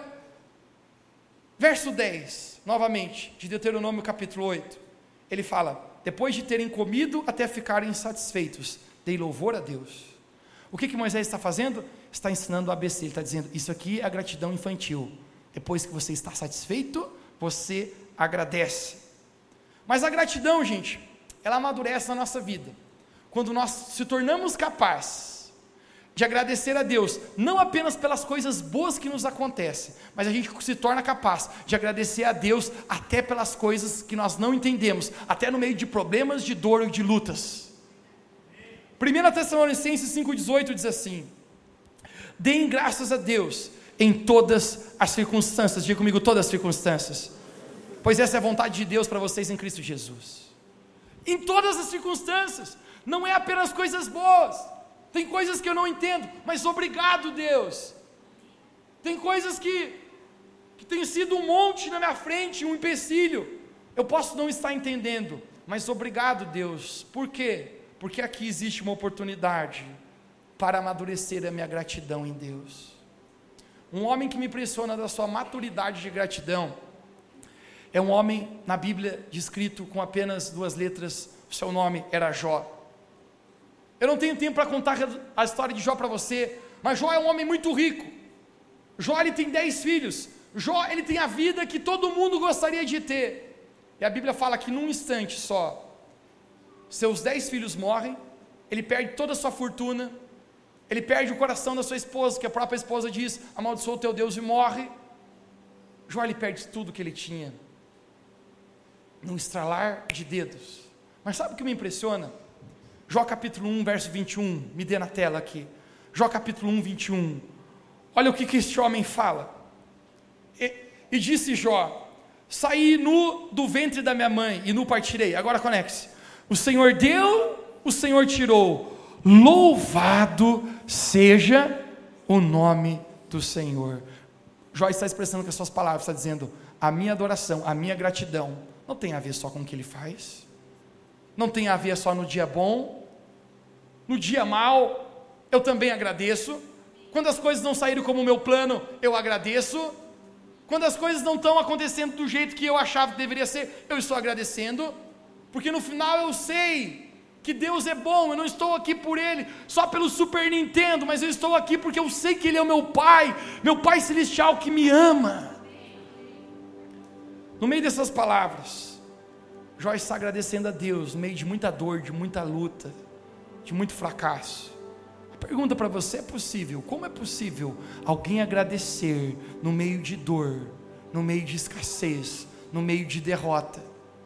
verso dez, novamente, de Deuteronômio capítulo oito, ele fala, depois de terem comido até ficarem satisfeitos, dei louvor a Deus. O que que Moisés está fazendo? Está ensinando o A B C, ele está dizendo, isso aqui é a gratidão infantil. Depois que você está satisfeito, você agradece. Mas a gratidão, gente, ela amadurece na nossa vida, quando nós se tornamos capazes de agradecer a Deus, não apenas pelas coisas boas que nos acontecem, mas a gente se torna capaz de agradecer a Deus até pelas coisas que nós não entendemos, até no meio de problemas, de dor e de lutas. primeira Tessalonicenses cinco dezoito diz assim: deem graças a Deus em todas as circunstâncias. Diga comigo, todas as circunstâncias, pois essa é a vontade de Deus para vocês em Cristo Jesus. Em todas as circunstâncias, não é apenas coisas boas. Tem coisas que eu não entendo, mas obrigado, Deus. Tem coisas que, que tem sido um monte na minha frente, um empecilho, eu posso não estar entendendo, mas obrigado, Deus. Por quê? Porque aqui existe uma oportunidade para amadurecer a minha gratidão em Deus. Um homem que me impressiona da sua maturidade de gratidão, é um homem na Bíblia descrito com apenas duas letras, o seu nome era Jó. Eu não tenho tempo para contar a história de Jó para você, mas Jó é um homem muito rico. Jó, ele tem dez filhos. Jó, ele tem a vida que todo mundo gostaria de ter. E a Bíblia fala que num instante só, seus dez filhos morrem, ele perde toda a sua fortuna, ele perde o coração da sua esposa, que a própria esposa diz: amaldiçoa o teu Deus, e morre. Jó, ele perde tudo que ele tinha, num estralar de dedos. Mas sabe o que me impressiona? Jó capítulo um, verso vinte e um, me dê na tela aqui. Jó capítulo um, vinte e um. Olha o que, que este homem fala. E, e disse Jó: saí nu do ventre da minha mãe, e nu partirei. Agora conecte-se. O Senhor deu, o Senhor tirou. Louvado seja o nome do Senhor. Jó está expressando com as suas palavras, está dizendo: a minha adoração, a minha gratidão, não tem a ver só com o que ele faz, não tem a ver só no dia bom, no dia mal, eu também agradeço. Quando as coisas não saíram como o meu plano, eu agradeço. Quando as coisas não estão acontecendo do jeito que eu achava que deveria ser, eu estou agradecendo, porque no final eu sei que Deus é bom. Eu não estou aqui por Ele, só pelo Super Nintendo, mas eu estou aqui porque eu sei que Ele é o meu Pai, meu Pai Celestial que me ama. No meio dessas palavras, Jó está agradecendo a Deus, no meio de muita dor, de muita luta, de muito fracasso. A pergunta para você: é possível? Como é possível alguém agradecer no meio de dor, no meio de escassez, no meio de derrota?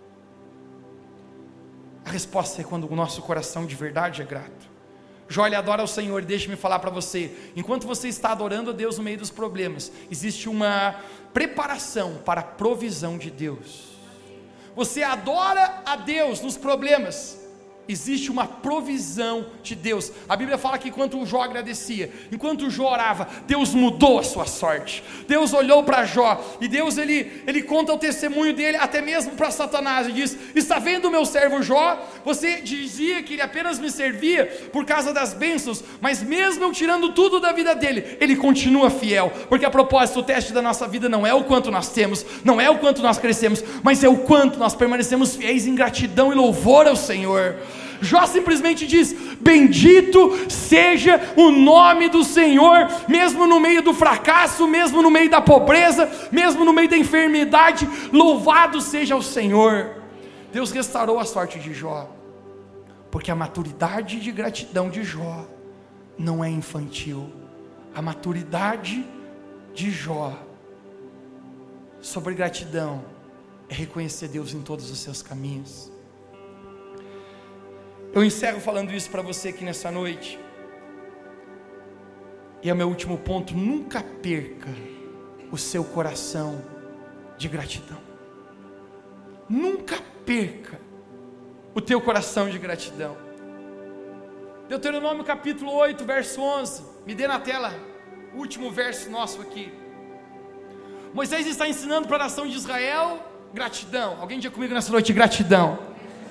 A resposta é quando o nosso coração de verdade é grato. Jó, ele adora o Senhor. Deixe-me falar para você, enquanto você está adorando a Deus no meio dos problemas, existe uma preparação para a provisão de Deus. Você adora a Deus nos problemas, existe uma provisão de Deus. A Bíblia fala que enquanto o Jó agradecia, enquanto o Jó orava, Deus mudou a sua sorte. Deus olhou para Jó, e Deus ele, ele conta o testemunho dele, até mesmo para Satanás, e diz: está vendo o meu servo Jó? Você dizia que ele apenas me servia por causa das bênçãos, mas mesmo eu tirando tudo da vida dele, ele continua fiel. Porque a propósito, o teste da nossa vida não é o quanto nós temos, não é o quanto nós crescemos, mas é o quanto nós permanecemos fiéis em gratidão e louvor ao Senhor. Jó simplesmente diz: bendito seja o nome do Senhor, mesmo no meio do fracasso, mesmo no meio da pobreza, mesmo no meio da enfermidade, louvado seja o Senhor. Deus restaurou a sorte de Jó, porque a maturidade de gratidão de Jó não é infantil. A maturidade de Jó sobre gratidão é reconhecer Deus em todos os seus caminhos. Eu encerro falando isso para você aqui nessa noite, e é o meu último ponto: nunca perca o seu coração de gratidão. Nunca perca o teu coração de gratidão. Deuteronômio capítulo oito, verso onze, me dê na tela o último verso nosso aqui. Moisés está ensinando para a nação de Israel gratidão. Alguém diga comigo nessa noite: gratidão.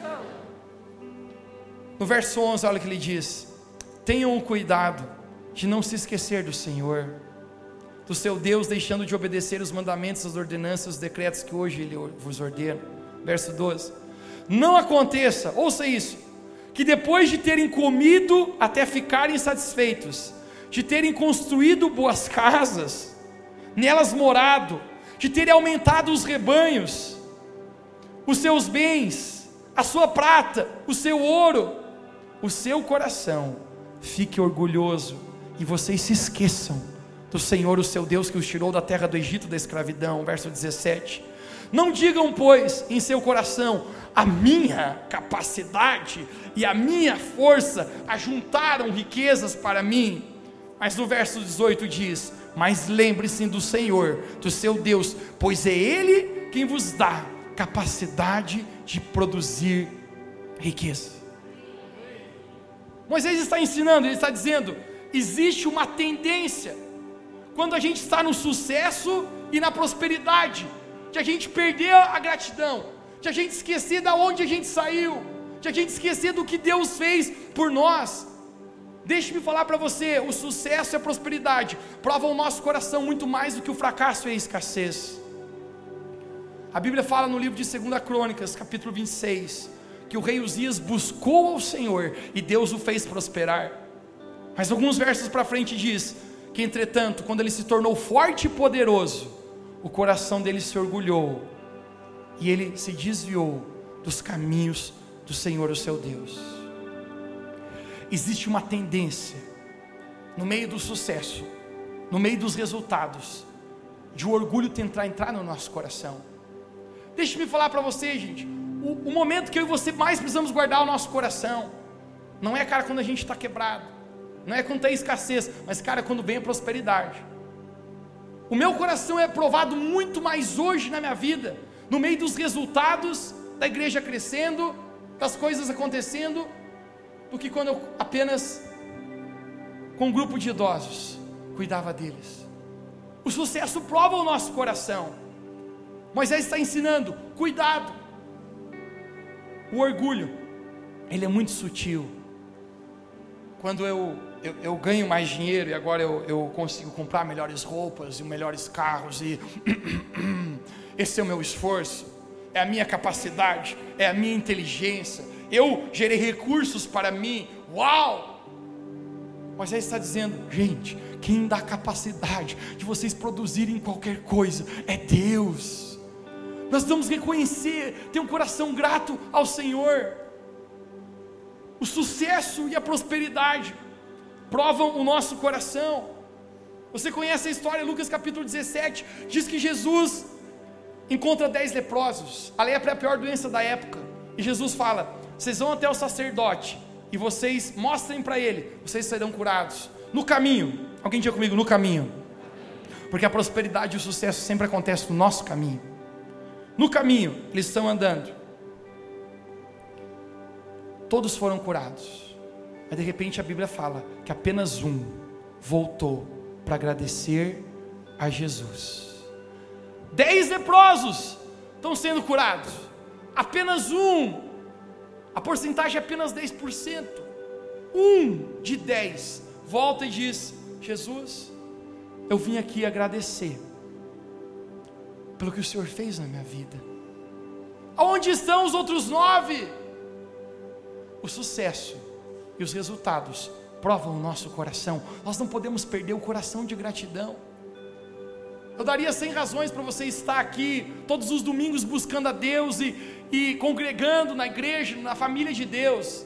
No verso onze, olha o que ele diz: tenham cuidado de não se esquecer do Senhor, do seu Deus, deixando de obedecer os mandamentos, as ordenanças, os decretos que hoje Ele vos ordena. Verso doze: não aconteça, ouça isso, que depois de terem comido até ficarem satisfeitos, de terem construído boas casas, nelas morado, de ter aumentado os rebanhos, os seus bens, a sua prata, o seu ouro, o seu coração fique orgulhoso e vocês se esqueçam do Senhor, o seu Deus, que os tirou da terra do Egito, da escravidão. Verso dezessete. Não digam, pois, em seu coração: a minha capacidade e a minha força ajuntaram riquezas para mim. Mas no verso dezoito diz: mas lembre-se do Senhor, do seu Deus, pois é Ele quem vos dá capacidade de produzir riqueza. Moisés está ensinando, ele está dizendo: existe uma tendência, quando a gente está no sucesso e na prosperidade, de a gente perder a gratidão, de a gente esquecer de onde a gente saiu, de a gente esquecer do que Deus fez por nós. Deixe-me falar para você, o sucesso e a prosperidade provam o nosso coração muito mais do que o fracasso e a escassez. A Bíblia fala no livro de segunda Crônicas, capítulo vinte e seis, que o rei Uzias buscou ao Senhor e Deus o fez prosperar. Mas alguns versos para frente diz que, entretanto, quando ele se tornou forte e poderoso, o coração dele se orgulhou e ele se desviou dos caminhos do Senhor, o seu Deus. Existe uma tendência, no meio do sucesso, no meio dos resultados, de o orgulho tentar entrar no nosso coração. Deixe-me falar para você, gente, o, o momento que eu e você mais precisamos guardar o nosso coração, não é, cara, quando a gente está quebrado, não é quando tem escassez, mas, cara, quando vem a prosperidade. O meu coração é provado muito mais hoje na minha vida, no meio dos resultados, da igreja crescendo, das coisas acontecendo, do que quando eu apenas, com um grupo de idosos, cuidava deles. O sucesso prova o nosso coração. Moisés está ensinando: cuidado. O orgulho, ele é muito sutil. Quando eu, eu, eu ganho mais dinheiro e agora eu, eu consigo comprar melhores roupas e melhores carros, e esse é o meu esforço, é a minha capacidade, é a minha inteligência, eu gerei recursos para mim, uau! Moisés está dizendo: gente, quem dá capacidade de vocês produzirem qualquer coisa é Deus. Nós vamos reconhecer, ter um coração grato ao Senhor. O sucesso e a prosperidade provam o nosso coração. Você conhece a história, Lucas capítulo dezessete, diz que Jesus encontra dez leprosos. A lepra é a pior doença da época, e Jesus fala: vocês vão até o sacerdote e vocês mostrem para ele, vocês serão curados. No caminho, alguém diga comigo: no caminho, porque a prosperidade e o sucesso sempre acontecem no nosso caminho. No caminho, eles estão andando, todos foram curados, mas de repente a Bíblia fala que apenas um voltou para agradecer a Jesus. Dez leprosos estão sendo curados, apenas um, a porcentagem é apenas dez por cento, um de dez volta e diz: Jesus, eu vim aqui agradecer pelo que o Senhor fez na minha vida. Aonde estão os outros nove? O sucesso e os resultados provam o nosso coração. Nós não podemos perder o coração de gratidão. Eu daria cem razões para você estar aqui todos os domingos buscando a Deus e, e congregando na igreja, na família de Deus,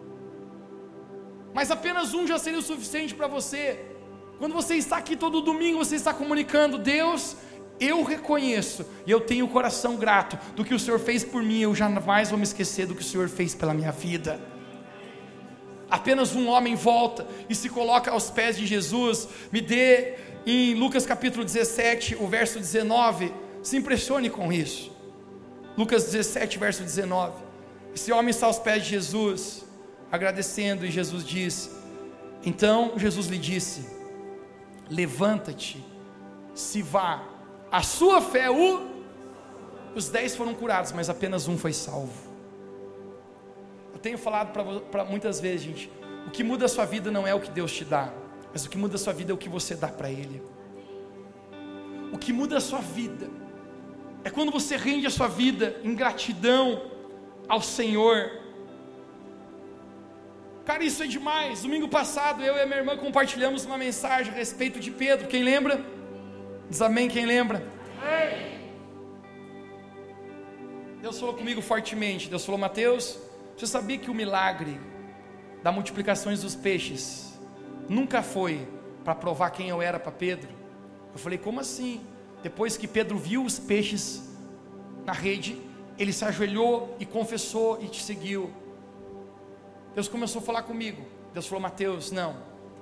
mas apenas um já seria o suficiente para você. Quando você está aqui todo domingo, você está comunicando: Deus, eu reconheço e eu tenho o coração grato do que o Senhor fez por mim, eu jamais vou me esquecer do que o Senhor fez pela minha vida. Apenas um homem volta e se coloca aos pés de Jesus. Me dê em Lucas capítulo dezessete, o verso dezenove, se impressione com isso. Lucas dezessete, verso dezenove. Esse homem está aos pés de Jesus, agradecendo, e Jesus diz: então Jesus lhe disse: levanta-te, se vá, a sua fé o... Os dez foram curados, mas apenas um foi salvo. Eu tenho falado para muitas vezes, gente, o que muda a sua vida não é o que Deus te dá, mas o que muda a sua vida é o que você dá para Ele. O que muda a sua vida é quando você rende a sua vida em gratidão ao Senhor. Cara, isso é demais. Domingo passado eu e a minha irmã compartilhamos uma mensagem a respeito de Pedro. Quem lembra? Diz amém quem lembra? Deus falou comigo fortemente. Deus falou: Mateus, você sabia que o milagre da multiplicação dos peixes nunca foi para provar quem eu era para Pedro? Eu falei: como assim? Depois que Pedro viu os peixes na rede, ele se ajoelhou e confessou e te seguiu. Deus começou a falar comigo. Deus falou: Mateus, não.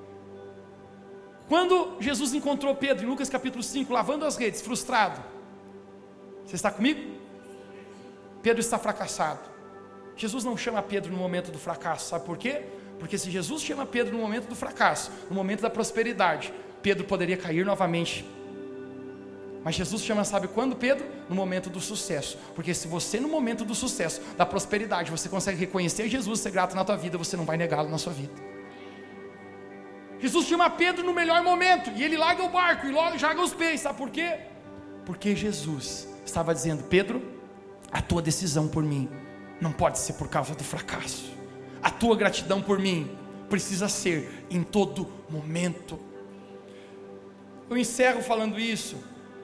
Quando Jesus encontrou Pedro em Lucas capítulo cinco, lavando as redes, frustrado, você está comigo? Pedro está fracassado. Jesus não chama Pedro no momento do fracasso, sabe por quê? Porque se Jesus chama Pedro no momento do fracasso, no momento da prosperidade, Pedro poderia cair novamente. Mas Jesus chama, sabe quando, Pedro? No momento do sucesso. Porque se você no momento do sucesso, da prosperidade, você consegue reconhecer Jesus, ser grato na tua vida, você não vai negá-lo na sua vida. Jesus chama Pedro no melhor momento, e ele larga o barco, e logo joga os peixes, sabe por quê? Porque Jesus estava dizendo: Pedro, a tua decisão por mim não pode ser por causa do fracasso. A tua gratidão por mim precisa ser em todo momento. Eu encerro falando isso.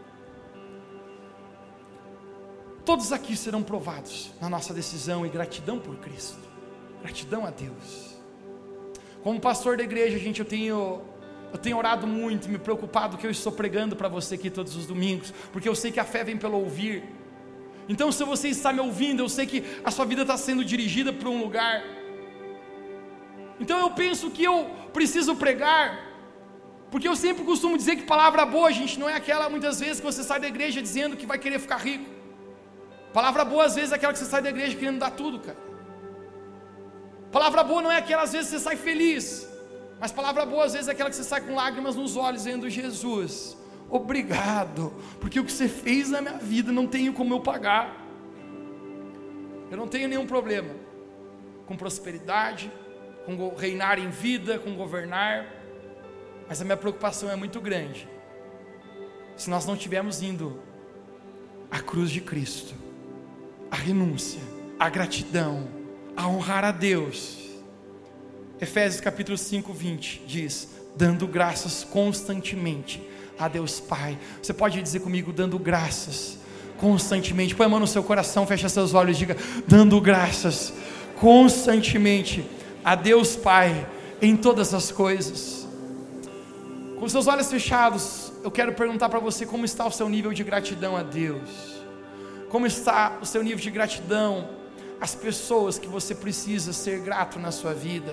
Todos aqui serão provados na nossa decisão e gratidão por Cristo. Gratidão a Deus. Como pastor da igreja, gente, eu tenho, eu tenho orado muito, me preocupado que eu estou pregando para você aqui todos os domingos, porque eu sei que a fé vem pelo ouvir. Então, se você está me ouvindo, eu sei que a sua vida está sendo dirigida para um lugar. Então eu penso que eu preciso pregar, porque eu sempre costumo dizer que palavra boa, gente, não é aquela muitas vezes que você sai da igreja dizendo que vai querer ficar rico. Palavra boa às vezes é aquela que você sai da igreja querendo dar tudo, cara. Palavra boa não é aquela às vezes que você sai feliz, mas palavra boa às vezes é aquela que você sai com lágrimas nos olhos dizendo: Jesus, obrigado, porque o que você fez na minha vida não tenho como eu pagar. Eu não tenho nenhum problema com prosperidade, com reinar em vida, com governar, mas a minha preocupação é muito grande se nós não estivermos indo à cruz de Cristo, a renúncia, a gratidão, a honrar a Deus. Efésios capítulo cinco, vinte diz: dando graças constantemente a Deus Pai. Você pode dizer comigo: dando graças constantemente. Põe a mão no seu coração, fecha seus olhos e diga: dando graças constantemente a Deus Pai em todas as coisas. Com seus olhos fechados, eu quero perguntar para você: como está o seu nível de gratidão a Deus? Como está o seu nível de gratidão às pessoas que você precisa ser grato na sua vida?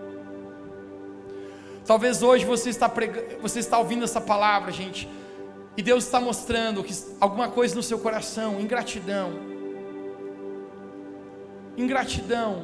Talvez hoje você está, prega... você está ouvindo essa palavra, gente, e Deus está mostrando que alguma coisa no seu coração, ingratidão, ingratidão.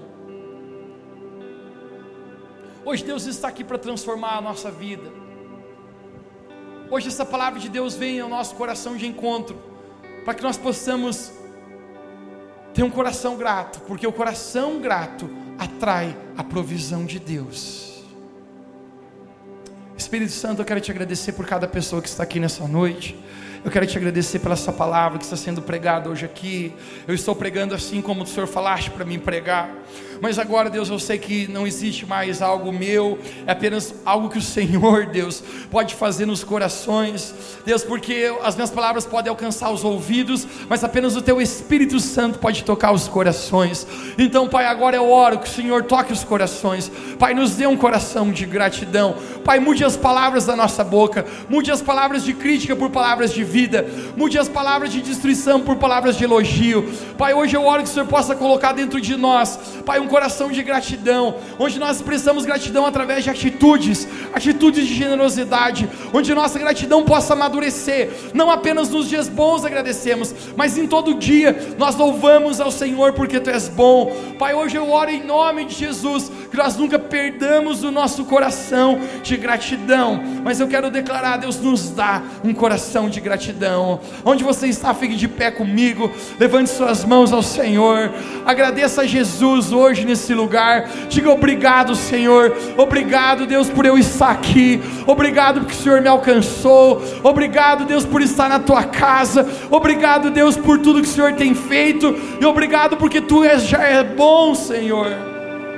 Hoje Deus está aqui para transformar a nossa vida. Hoje essa palavra de Deus vem ao nosso coração de encontro, para que nós possamos ter um coração grato, porque o coração grato atrai a provisão de Deus. Espírito Santo, eu quero te agradecer por cada pessoa que está aqui nessa noite. Eu quero te agradecer pela essa palavra que está sendo pregada hoje aqui. Eu estou pregando assim como o Senhor falaste para mim pregar. Mas agora, Deus, eu sei que não existe mais algo meu, é apenas algo que o Senhor, Deus, pode fazer nos corações. Deus, porque as minhas palavras podem alcançar os ouvidos, mas apenas o Teu Espírito Santo pode tocar os corações. Então, Pai, agora eu oro que o Senhor toque os corações. Pai, nos dê um coração de gratidão. Pai, mude as palavras da nossa boca, mude as palavras de crítica por palavras de vida, mude as palavras de destruição por palavras de elogio. Pai, hoje eu oro que o Senhor possa colocar dentro de nós, Pai, um coração de gratidão, onde nós expressamos gratidão através de atitudes, atitudes de generosidade, onde nossa gratidão possa amadurecer, não apenas nos dias bons agradecemos, mas em todo dia nós louvamos ao Senhor porque Tu és bom. Pai, hoje eu oro em nome de Jesus, que nós nunca perdamos o nosso coração de gratidão, mas eu quero declarar: Deus, nos dá um coração de gratidão. Onde você está, fique de pé comigo, levante suas mãos ao Senhor, agradeça a Jesus hoje nesse lugar, diga: obrigado, Senhor, obrigado, Deus, por eu estar aqui, obrigado porque o Senhor me alcançou, obrigado, Deus, por estar na Tua casa, obrigado, Deus, por tudo que o Senhor tem feito, e obrigado porque Tu és, já é bom, Senhor.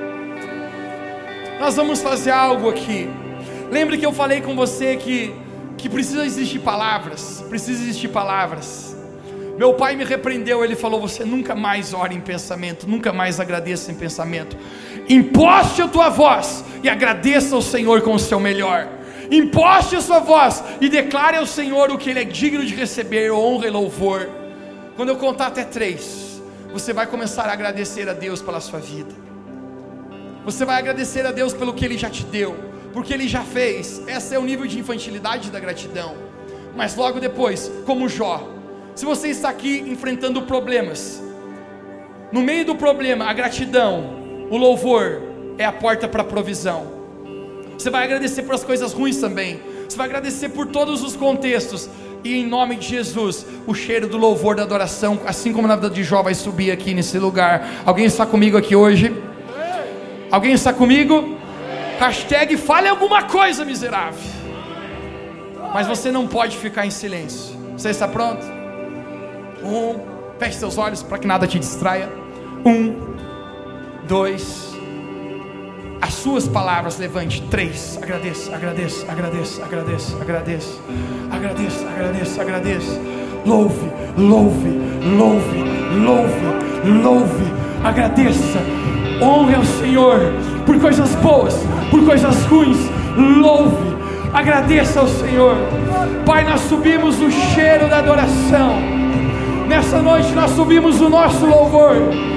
Nós vamos fazer algo aqui. Lembre que eu falei com você que que precisa existir palavras, precisa existir palavras. Meu pai me repreendeu, ele falou: você nunca mais ore em pensamento, nunca mais agradeça em pensamento. Imposte a tua voz e agradeça ao Senhor com o seu melhor. Imposte a sua voz e declare ao Senhor o que Ele é digno de receber, honra e louvor. Quando eu contar até três, você vai começar a agradecer a Deus pela sua vida. Você vai agradecer a Deus pelo que Ele já te deu, porque Ele já fez. Esse é o nível de infantilidade da gratidão. Mas logo depois, como Jó, se você está aqui enfrentando problemas, no meio do problema, a gratidão, o louvor é a porta para a provisão. Você vai agradecer por as coisas ruins também, você vai agradecer por todos os contextos, e em nome de Jesus, o cheiro do louvor, da adoração, assim como na vida de Jó, vai subir aqui nesse lugar. Alguém está comigo aqui hoje? Alguém está comigo? Hashtag fale alguma coisa, miserável. Mas você não pode ficar em silêncio. Você está pronto? Um, feche seus olhos para que nada te distraia. Um, dois, as suas palavras, levante. Três, agradeça, agradeça, agradeça, agradeça, agradeça, agradeça, agradeça, agradeça. Louve, louve, louve, louve, louve, agradeça. Honre ao Senhor por coisas boas, por coisas ruins. Louve, agradeça ao Senhor. Pai, nós subimos o cheiro da adoração. Nessa noite nós subimos o nosso louvor.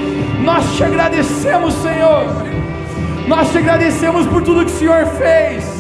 Nós te agradecemos, Senhor. Nós te agradecemos por tudo que o Senhor fez.